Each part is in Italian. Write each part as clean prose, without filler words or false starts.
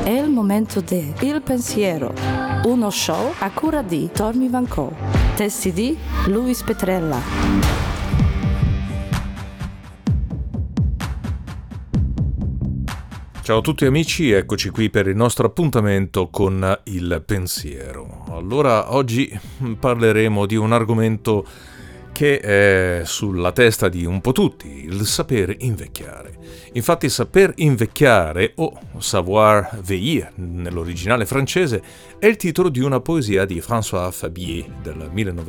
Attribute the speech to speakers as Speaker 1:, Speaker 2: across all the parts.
Speaker 1: È il momento di Il Pensiero, uno show a cura di Tommy Van Co. Testi di Luis Petrella.
Speaker 2: Ciao a tutti amici, eccoci qui per il nostro appuntamento con Il Pensiero. Allora, oggi parleremo di un argomento che è sulla testa di un po' tutti, il saper invecchiare. Infatti saper invecchiare, o savoir vieillir nell'originale francese, è il titolo di una poesia di François Fabier del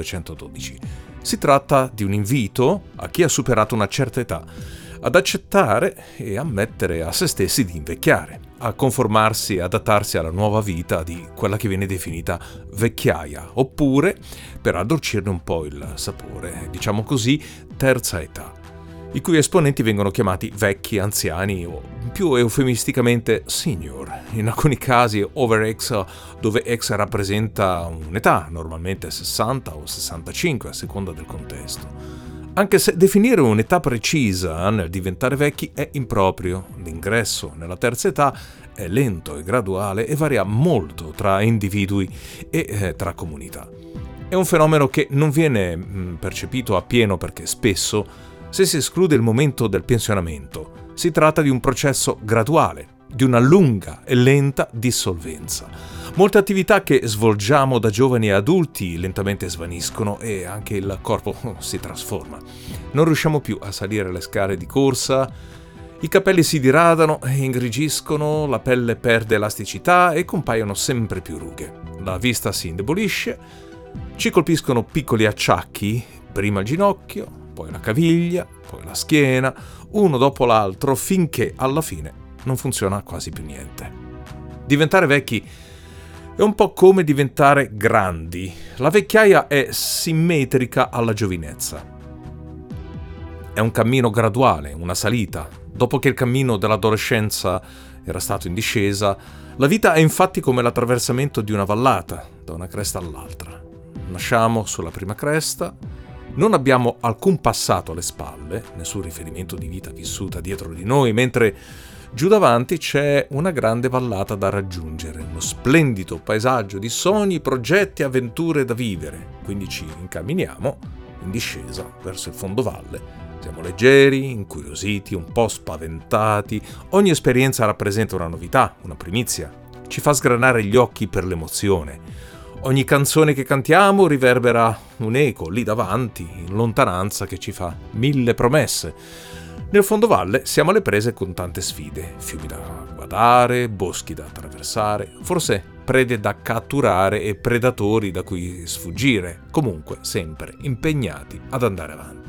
Speaker 2: 1912. Si tratta di un invito a chi ha superato una certa età ad accettare e ammettere a se stessi di invecchiare, a conformarsi e adattarsi alla nuova vita di quella che viene definita vecchiaia, oppure, per addolcirne un po' il sapore, diciamo così, terza età, i cui esponenti vengono chiamati vecchi, anziani o più eufemisticamente senior, in alcuni casi over-X, dove X rappresenta un'età, normalmente 60 o 65 a seconda del contesto. Anche se definire un'età precisa nel diventare vecchi è improprio, l'ingresso nella terza età è lento e graduale e varia molto tra individui e tra comunità. È un fenomeno che non viene percepito appieno perché spesso, se si esclude il momento del pensionamento, si tratta di un processo graduale, di una lunga e lenta dissolvenza. Molte attività che svolgiamo da giovani e adulti lentamente svaniscono e anche il corpo si trasforma. Non riusciamo più a salire le scale di corsa, i capelli si diradano e ingrigiscono, la pelle perde elasticità e compaiono sempre più rughe. La vista si indebolisce, ci colpiscono piccoli acciacchi, prima il ginocchio, poi la caviglia, poi la schiena, uno dopo l'altro, finché alla fine non funziona quasi più niente. Diventare vecchi è un po' come diventare grandi. La vecchiaia è simmetrica alla giovinezza. È un cammino graduale, una salita. Dopo che il cammino dell'adolescenza era stato in discesa, la vita è infatti come l'attraversamento di una vallata, da una cresta all'altra. Nasciamo sulla prima cresta, non abbiamo alcun passato alle spalle, nessun riferimento di vita vissuta dietro di noi, mentre giù davanti c'è una grande vallata da raggiungere, uno splendido paesaggio di sogni, progetti, avventure da vivere. Quindi ci incamminiamo in discesa verso il fondovalle. Siamo leggeri, incuriositi, un po' spaventati. Ogni esperienza rappresenta una novità, una primizia. Ci fa sgranare gli occhi per l'emozione. Ogni canzone che cantiamo riverbera un eco lì davanti, in lontananza, che ci fa 1000 promesse. Nel fondovalle siamo alle prese con tante sfide, fiumi da guardare, boschi da attraversare, forse prede da catturare e predatori da cui sfuggire, comunque sempre impegnati ad andare avanti.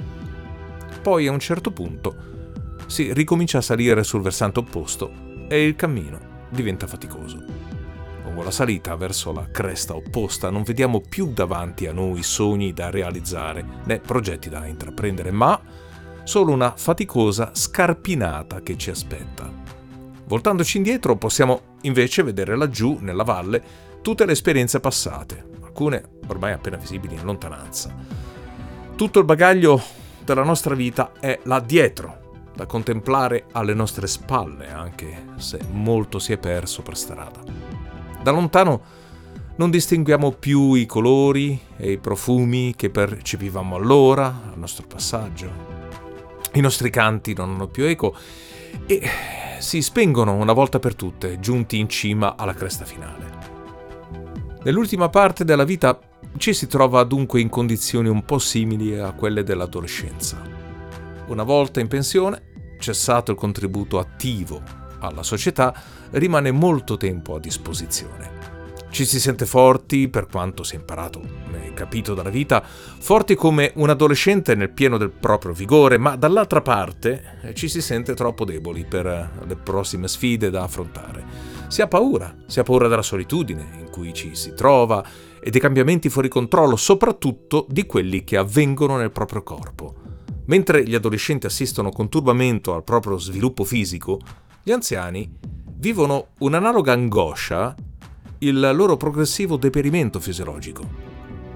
Speaker 2: Poi a un certo punto si ricomincia a salire sul versante opposto e il cammino diventa faticoso. Lungo la salita verso la cresta opposta non vediamo più davanti a noi sogni da realizzare né progetti da intraprendere, ma solo una faticosa scarpinata che ci aspetta. Voltandoci indietro possiamo invece vedere laggiù, nella valle, tutte le esperienze passate, alcune ormai appena visibili in lontananza. Tutto il bagaglio della nostra vita è là dietro, da contemplare alle nostre spalle, anche se molto si è perso per strada. Da lontano non distinguiamo più i colori e i profumi che percepivamo allora, al nostro passaggio. I nostri canti non hanno più eco e si spengono una volta per tutte, giunti in cima alla cresta finale. Nell'ultima parte della vita ci si trova dunque in condizioni un po' simili a quelle dell'adolescenza. Una volta in pensione, cessato il contributo attivo alla società, rimane molto tempo a disposizione. Ci si sente forti per quanto si è imparato e capito dalla vita, forti come un adolescente nel pieno del proprio vigore, ma dall'altra parte ci si sente troppo deboli per le prossime sfide da affrontare. Si ha paura della solitudine in cui ci si trova e dei cambiamenti fuori controllo, soprattutto di quelli che avvengono nel proprio corpo. Mentre gli adolescenti assistono con turbamento al proprio sviluppo fisico, gli anziani vivono un'analoga angoscia il loro progressivo deperimento fisiologico.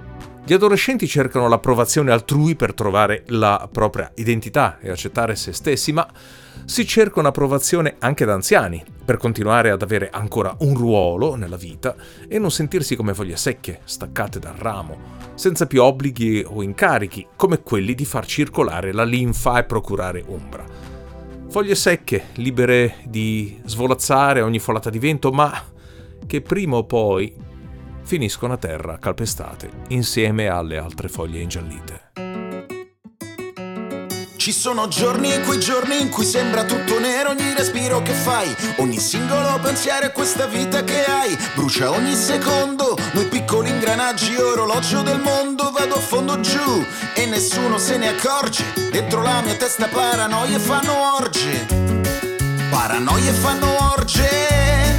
Speaker 2: Gli adolescenti cercano l'approvazione altrui per trovare la propria identità e accettare se stessi, ma si cerca un'approvazione anche da anziani, per continuare ad avere ancora un ruolo nella vita e non sentirsi come foglie secche, staccate dal ramo, senza più obblighi o incarichi, come quelli di far circolare la linfa e procurare ombra. Foglie secche, libere di svolazzare ogni folata di vento, ma che prima o poi finiscono a terra calpestate insieme alle altre foglie ingiallite.
Speaker 3: Ci sono giorni e quei giorni in cui sembra tutto nero ogni respiro che fai, ogni singolo pensiero e questa vita che hai brucia ogni secondo, noi piccoli ingranaggi, orologio del mondo, vado a fondo giù e nessuno se ne accorge, dentro la mia testa paranoie fanno orge, paranoie fanno orge.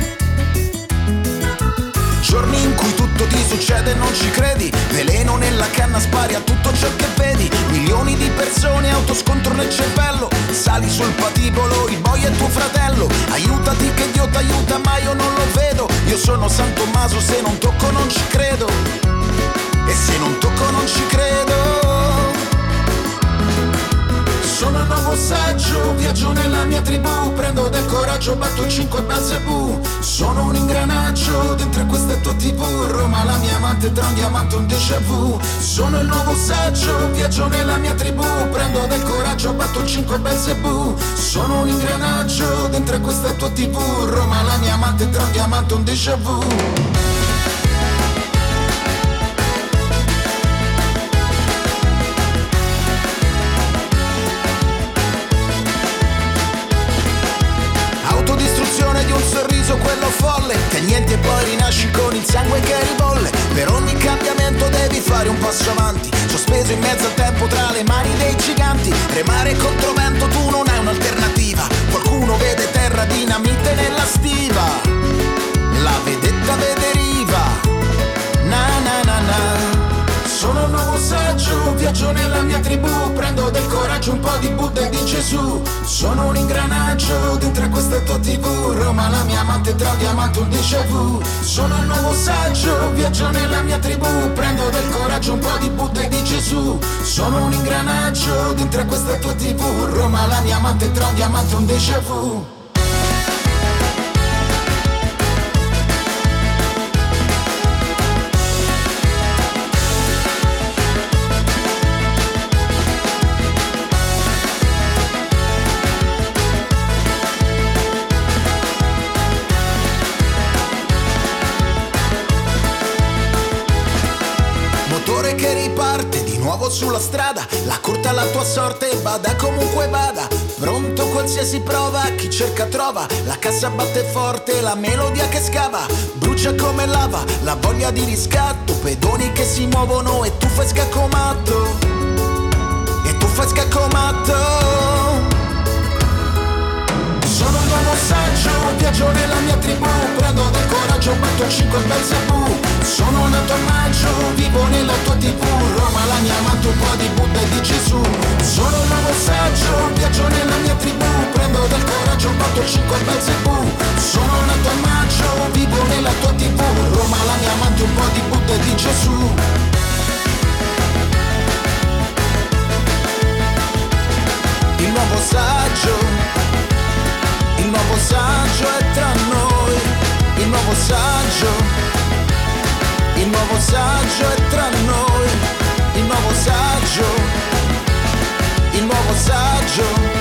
Speaker 3: Giorni in cui tutto ti succede e non ci credi, veleno nella canna, spari a tutto ciò che vedi, milioni di persone, autoscontro nel cervello, sali sul patibolo, il boy è tuo fratello, aiutati che Dio t'aiuta ma io non lo vedo, io sono San Tommaso, se non tocco non ci credo, e se non tocco non ci credo. Sono il nuovo saggio, viaggio nella mia tribù, prendo del coraggio, batto 5 Belzebù. Sono un ingranaggio, dentro questa tua TV, Roma la mia amante, tra un diamante un déjà vu. Sono il nuovo saggio, viaggio nella mia tribù, prendo del coraggio, batto 5 Belzebù. Sono un ingranaggio, dentro questa tua TV, Roma la mia amante, tra un diamante un déjà vu. Quello folle, che niente e poi rinasci con il sangue che ribolle. Per ogni cambiamento devi fare un passo avanti, sospeso in mezzo al tempo tra le mani dei giganti. Remare contro vento, tu non hai un'alternativa. Qualcuno vede terra, dinamite nella stiva, la vedetta vede riva, na na na na. Sono un nuovo saggio, viaggio nella mia tribù, prendo del coraggio, un po' di Buddha e di Gesù. Sono un ingranaggio, dentro questa tua TV, Roma la mia amante, tra un diamante un déjà vu. Sono il nuovo saggio, viaggio nella mia tribù, prendo del coraggio, un po' di Buddha e di Gesù. Sono un ingranaggio, dentro questa tua TV, Roma la mia amante, tra un diamante un déjà vu. Che riparte di nuovo sulla strada, la corta la tua sorte, vada comunque vada, pronto qualsiasi prova, chi cerca trova, la cassa batte forte, la melodia che scava, brucia come lava, la voglia di riscatto, pedoni che si muovono e tu fai scacco matto, e tu fai scacco matto. Sono un nuovo saggio, viaggio nella mia tribù, prendo del coraggio, batto 5 Belzebù. Sono nato a maggio, vivo nella tua TV, Roma la mia amante, un po' di Buddha e di Gesù. Sono un nuovo saggio, viaggio nella mia tribù, prendo del coraggio, batto 5 Belzebù. Sono nato a maggio, vivo nella tua TV, Roma la mia amante, un po' di Buddha e di Gesù. Il nuovo saggio, il nuovo saggio è tra noi, il nuovo saggio, il nuovo saggio è tra noi, il nuovo saggio, il nuovo saggio.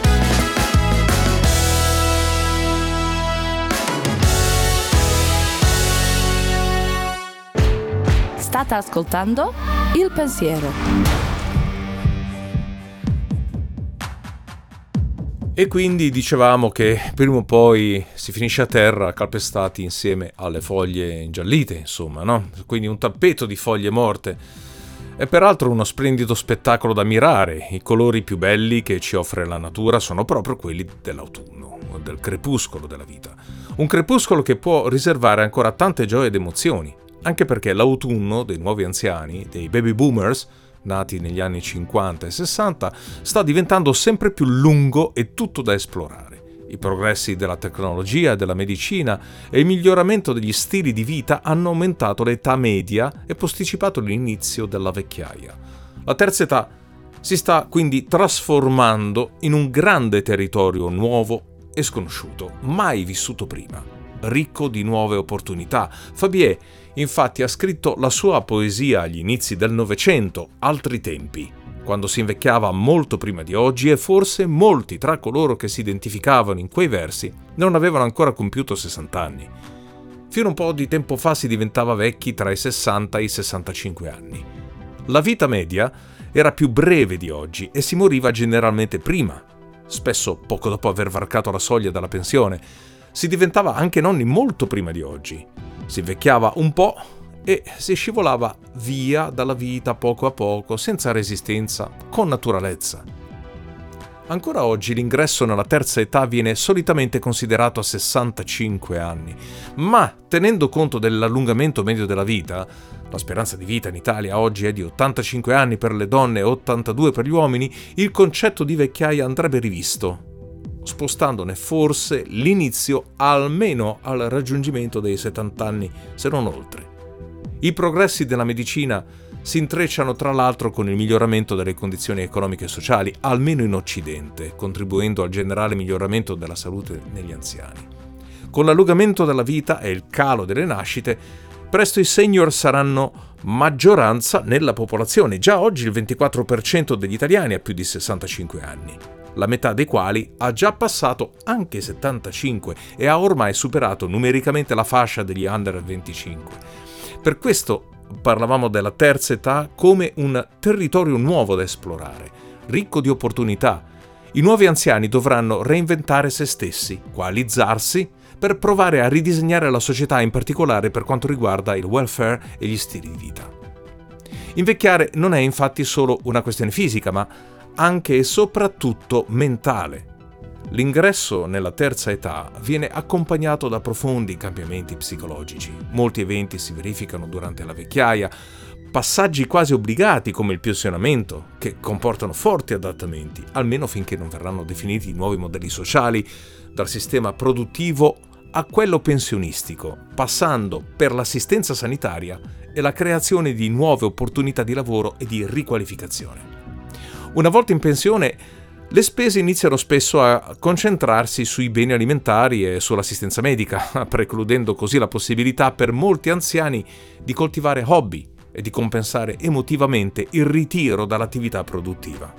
Speaker 1: State ascoltando Il Pensiero.
Speaker 2: E quindi dicevamo che prima o poi si finisce a terra calpestati insieme alle foglie ingiallite, insomma, no? Quindi un tappeto di foglie morte. È peraltro uno splendido spettacolo da ammirare. I colori più belli che ci offre la natura sono proprio quelli dell'autunno, del crepuscolo della vita. Un crepuscolo che può riservare ancora tante gioie ed emozioni, anche perché l'autunno dei nuovi anziani, dei baby boomers, nati negli anni 50 e 60, sta diventando sempre più lungo e tutto da esplorare. I progressi della tecnologia e della medicina e il miglioramento degli stili di vita hanno aumentato l'età media e posticipato l'inizio della vecchiaia. La terza età si sta quindi trasformando in un grande territorio nuovo e sconosciuto, mai vissuto prima, ricco di nuove opportunità. Fabier, infatti, ha scritto la sua poesia agli inizi del Novecento, Altri tempi, quando si invecchiava molto prima di oggi, e forse molti tra coloro che si identificavano in quei versi non avevano ancora compiuto 60 anni. Fino a un po' di tempo fa si diventava vecchi tra i 60 e i 65 anni. La vita media era più breve di oggi e si moriva generalmente prima, spesso poco dopo aver varcato la soglia della pensione. Si diventava anche nonni molto prima di oggi. Si invecchiava un po' e si scivolava via dalla vita poco a poco, senza resistenza, con naturalezza. Ancora oggi l'ingresso nella terza età viene solitamente considerato a 65 anni, ma tenendo conto dell'allungamento medio della vita, la speranza di vita in Italia oggi è di 85 anni per le donne e 82 per gli uomini, il concetto di vecchiaia andrebbe rivisto, spostandone forse l'inizio almeno al raggiungimento dei 70 anni, se non oltre. I progressi della medicina si intrecciano tra l'altro con il miglioramento delle condizioni economiche e sociali, almeno in Occidente, contribuendo al generale miglioramento della salute negli anziani. Con l'allungamento della vita e il calo delle nascite, presto i senior saranno maggioranza nella popolazione. Già oggi il 24% degli italiani ha più di 65 anni, la metà dei quali ha già passato anche 75 e ha ormai superato numericamente la fascia degli under 25. Per questo parlavamo della terza età come un territorio nuovo da esplorare, ricco di opportunità. I nuovi anziani dovranno reinventare se stessi, coalizzarsi per provare a ridisegnare la società, in particolare per quanto riguarda il welfare e gli stili di vita. Invecchiare non è infatti solo una questione fisica, ma anche e soprattutto mentale. L'ingresso nella terza età viene accompagnato da profondi cambiamenti psicologici. Molti eventi si verificano durante la vecchiaia, passaggi quasi obbligati come il pensionamento, che comportano forti adattamenti, almeno finché non verranno definiti nuovi modelli sociali, dal sistema produttivo a quello pensionistico, passando per l'assistenza sanitaria e la creazione di nuove opportunità di lavoro e di riqualificazione. Una volta in pensione, le spese iniziano spesso a concentrarsi sui beni alimentari e sull'assistenza medica, precludendo così la possibilità per molti anziani di coltivare hobby e di compensare emotivamente il ritiro dall'attività produttiva.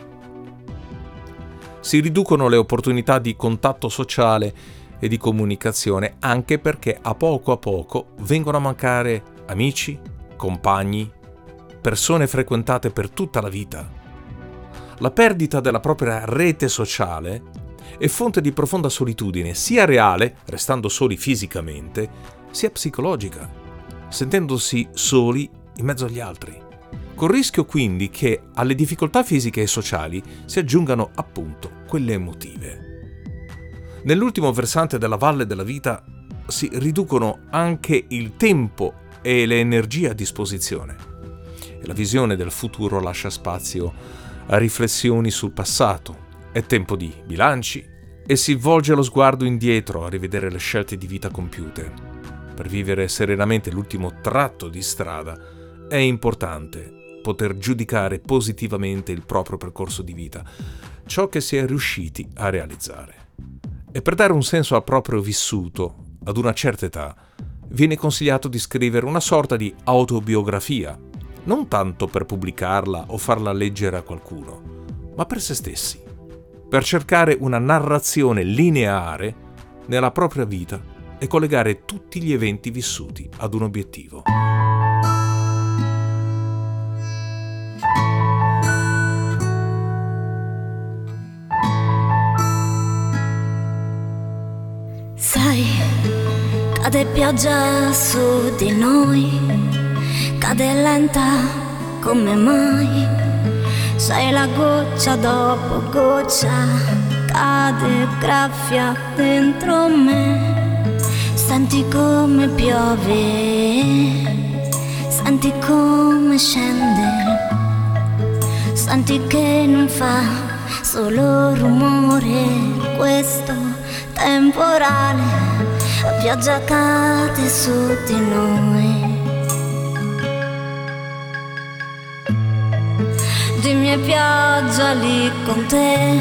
Speaker 2: Si riducono le opportunità di contatto sociale e di comunicazione, anche perché a poco vengono a mancare amici, compagni, persone frequentate per tutta la vita. La perdita della propria rete sociale è fonte di profonda solitudine, sia reale, restando soli fisicamente, sia psicologica, sentendosi soli in mezzo agli altri, col rischio quindi che alle difficoltà fisiche e sociali si aggiungano appunto quelle emotive. Nell'ultimo versante della valle della vita si riducono anche il tempo e le energie a disposizione, e la visione del futuro lascia spazio a riflessioni sul passato. È tempo di bilanci e si volge lo sguardo indietro a rivedere le scelte di vita compiute. Per vivere serenamente l'ultimo tratto di strada è importante poter giudicare positivamente il proprio percorso di vita, ciò che si è riusciti a realizzare. E per dare un senso al proprio vissuto, ad una certa età, viene consigliato di scrivere una sorta di autobiografia, non tanto per pubblicarla o farla leggere a qualcuno, ma per se stessi, per cercare una narrazione lineare nella propria vita e collegare tutti gli eventi vissuti ad un obiettivo.
Speaker 4: Sai, cade pioggia su di noi, cade lenta come mai, sei la goccia dopo goccia, cade graffia dentro me. Senti come piove, senti come scende, senti che non fa solo rumore questo temporale, la pioggia cade su di noi. Dimmi è pioggia lì con te.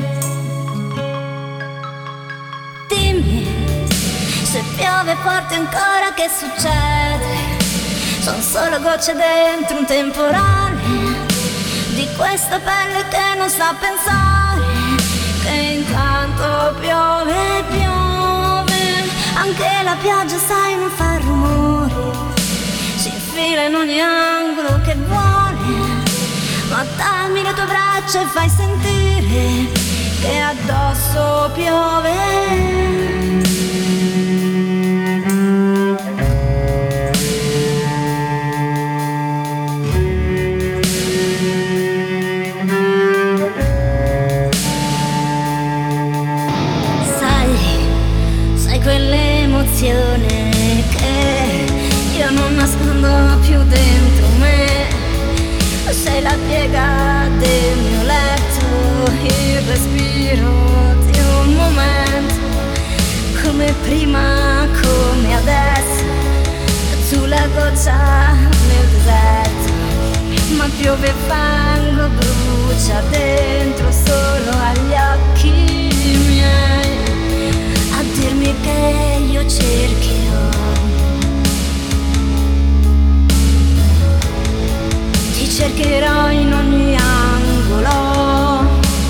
Speaker 4: Dimmi se piove forte ancora che succede. Sono solo gocce dentro un temporale, di questa pelle che non sa pensare, che intanto piove, piove. Anche la pioggia sai non fa rumore, si infila in ogni angolo che vuole. Ma dammi le tue braccia e fai sentire che addosso piove. Sai quell'emozione che io non nascondo più dentro me. Sei la piega del mio letto, il respiro di un momento, come prima, come adesso, sulla goccia nel deserto. Ma piove e fango, brucia dentro solo agli occhi miei, a dirmi che io cercherò. Ti cercherò in ogni angolo.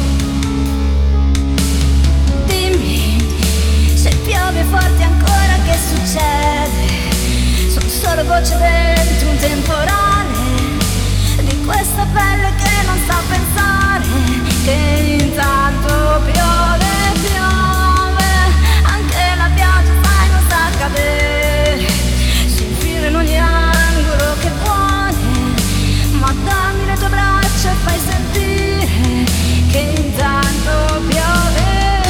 Speaker 4: Dimmi se piove forte ancora che succede. Sono solo gocce dentro un temporale, di questa pelle che non sa pensare, che intanto piove, piove. Anche la pioggia sai non sa cadere, si infila in ogni angolo che vuole. Ma dammi le tue braccia e fai sentire che intanto piove.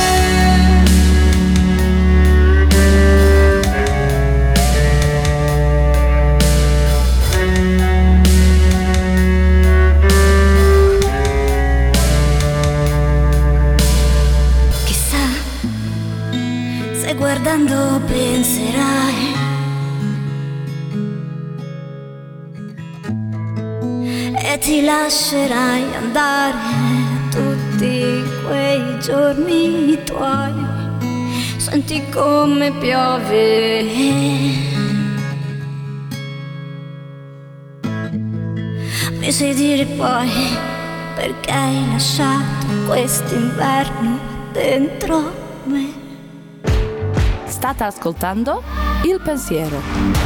Speaker 4: Chissà se guardando penserai e ti lascerai andare tutti quei giorni tuoi. Senti come piove, mi sai dire poi perché hai lasciato quest'inverno dentro me.
Speaker 1: State ascoltando Il Pensiero.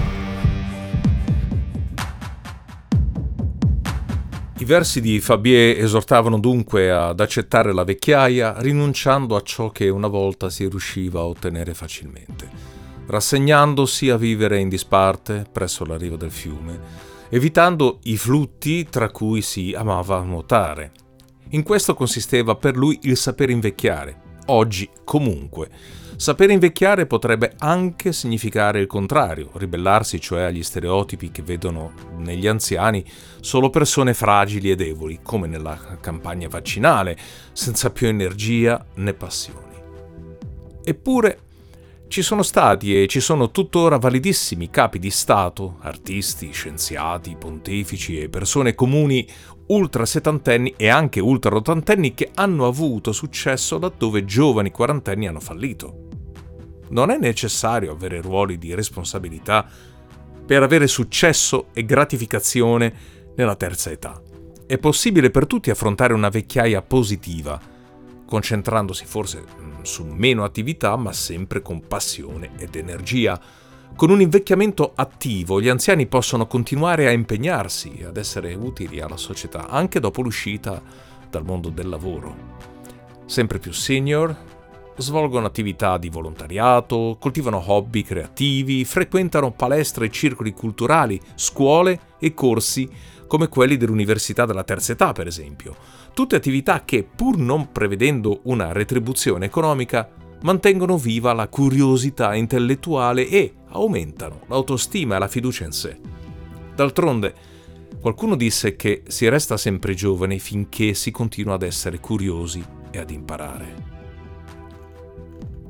Speaker 2: I versi di Fabié esortavano dunque ad accettare la vecchiaia, rinunciando a ciò che una volta si riusciva a ottenere facilmente, rassegnandosi a vivere in disparte presso la riva del fiume, evitando i flutti tra cui si amava nuotare. In questo consisteva per lui il saper invecchiare. Oggi, comunque, saper invecchiare potrebbe anche significare il contrario, ribellarsi cioè agli stereotipi che vedono negli anziani solo persone fragili e deboli, come nella campagna vaccinale, senza più energia né passioni. Eppure ci sono stati e ci sono tuttora validissimi capi di Stato, artisti, scienziati, pontefici e persone comuni ultra settantenni e anche ultra ottantenni che hanno avuto successo laddove giovani quarantenni hanno fallito. Non è necessario avere ruoli di responsabilità per avere successo e gratificazione nella terza età. È possibile per tutti affrontare una vecchiaia positiva, concentrandosi forse su meno attività, ma sempre con passione ed energia. Con un invecchiamento attivo, gli anziani possono continuare a impegnarsi, ad essere utili alla società, anche dopo l'uscita dal mondo del lavoro. Sempre più senior svolgono attività di volontariato, coltivano hobby creativi, frequentano palestre e circoli culturali, scuole e corsi come quelli dell'Università della Terza Età, per esempio. Tutte attività che, pur non prevedendo una retribuzione economica, mantengono viva la curiosità intellettuale e aumentano l'autostima e la fiducia in sé. D'altronde, qualcuno disse che si resta sempre giovani finché si continua ad essere curiosi e ad imparare.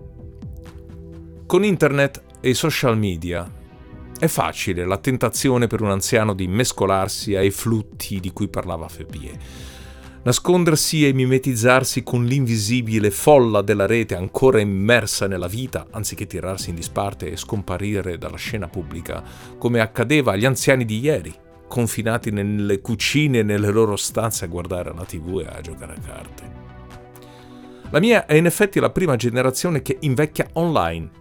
Speaker 2: Con internet e i social media è facile la tentazione per un anziano di mescolarsi ai flutti di cui parlava Febie, nascondersi e mimetizzarsi con l'invisibile folla della rete ancora immersa nella vita, anziché tirarsi in disparte e scomparire dalla scena pubblica, come accadeva agli anziani di ieri, confinati nelle cucine e nelle loro stanze a guardare la TV e a giocare a carte. La mia è in effetti la prima generazione che invecchia online,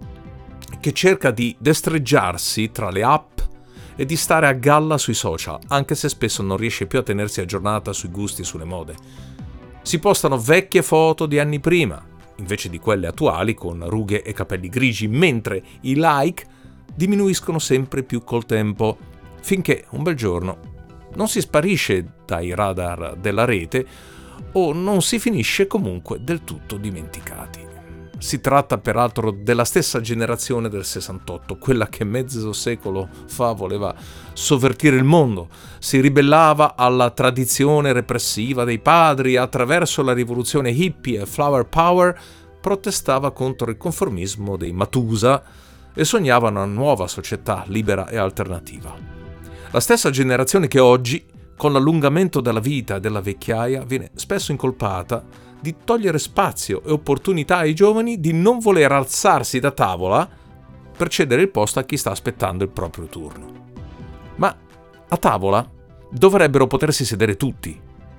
Speaker 2: che cerca di destreggiarsi tra le app e di stare a galla sui social, anche se spesso non riesce più a tenersi aggiornata sui gusti e sulle mode. Si postano vecchie foto di anni prima, invece di quelle attuali con rughe e capelli grigi, mentre i like diminuiscono sempre più col tempo, finché un bel giorno non si sparisce dai radar della rete o non si finisce comunque del tutto dimenticati. Si tratta peraltro della stessa generazione del 68, quella che mezzo secolo fa voleva sovvertire il mondo, si ribellava alla tradizione repressiva dei padri, attraverso la rivoluzione hippie e flower power protestava contro il conformismo dei Matusa e sognava una nuova società libera e alternativa. La stessa generazione che oggi, con l'allungamento della vita e della vecchiaia, viene spesso incolpata di togliere spazio e opportunità ai giovani, di non voler alzarsi da tavola per cedere il posto a chi sta aspettando il proprio turno. Ma a tavola dovrebbero potersi sedere tutti.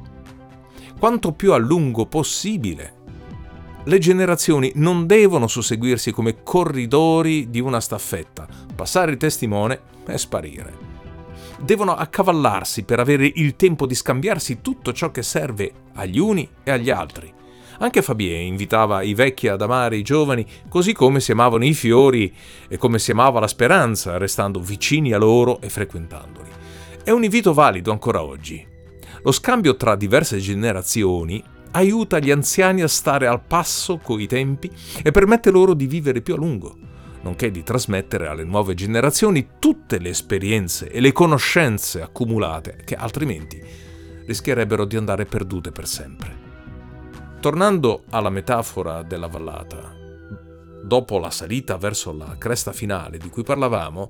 Speaker 2: Quanto più a lungo possibile. Le generazioni non devono susseguirsi come corridori di una staffetta, passare il testimone e sparire. Devono accavallarsi per avere il tempo di scambiarsi tutto ciò che serve agli uni e agli altri. Anche Fabie invitava i vecchi ad amare i giovani così come si amavano i fiori e come si amava la speranza, restando vicini a loro e frequentandoli. È un invito valido ancora oggi. Lo scambio tra diverse generazioni aiuta gli anziani a stare al passo coi tempi e permette loro di vivere più a lungo, nonché di trasmettere alle nuove generazioni tutte le esperienze e le conoscenze accumulate che altrimenti rischierebbero di andare perdute per sempre. Tornando alla metafora della vallata, dopo la salita verso la cresta finale di cui parlavamo,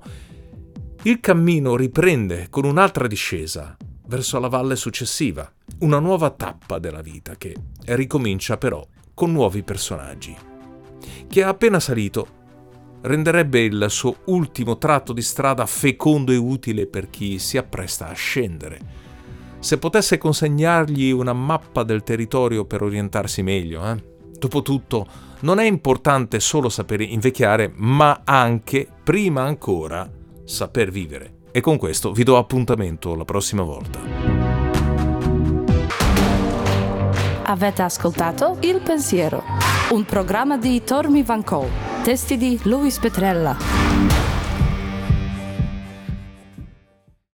Speaker 2: il cammino riprende con un'altra discesa verso la valle successiva, una nuova tappa della vita che ricomincia però con nuovi personaggi. Chi ha appena salito renderebbe il suo ultimo tratto di strada fecondo e utile per chi si appresta a scendere. Se potesse consegnargli una mappa del territorio per orientarsi meglio, Dopotutto, non è importante solo sapere invecchiare, ma anche, prima ancora, saper vivere. E con questo vi do appuntamento la prossima volta.
Speaker 1: Avete ascoltato Il Pensiero, un programma di Tormi Vancò, testi di Luis Petrella.